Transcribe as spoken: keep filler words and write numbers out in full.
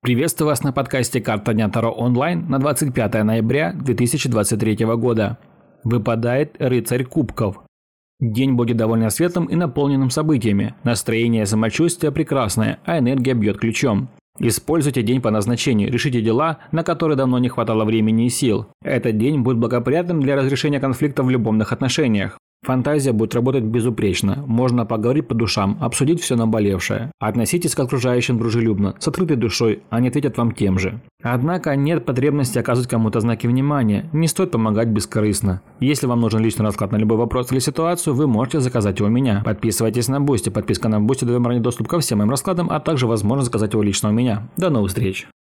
Приветствую вас на подкасте «Карта дня Таро онлайн» на двадцать пятое ноября две тысячи двадцать третьего года. Выпадает рыцарь кубков. День будет довольно светлым и наполненным событиями. Настроение и самочувствие прекрасное, а энергия бьет ключом. Используйте день по назначению, решите дела, на которые давно не хватало времени и сил. Этот день будет благоприятным для разрешения конфликтов в любовных отношениях. Фантазия будет работать безупречно, можно поговорить по душам, обсудить все наболевшее. Относитесь к окружающим дружелюбно, с открытой душой, они ответят вам тем же. Однако нет потребности оказывать кому-то знаки внимания, не стоит помогать бескорыстно. Если вам нужен личный расклад на любой вопрос или ситуацию, вы можете заказать его у меня. Подписывайтесь на Boosty, подписка на Boosty дает ранний доступ ко всем моим раскладам, а также возможность заказать его лично у меня. До новых встреч!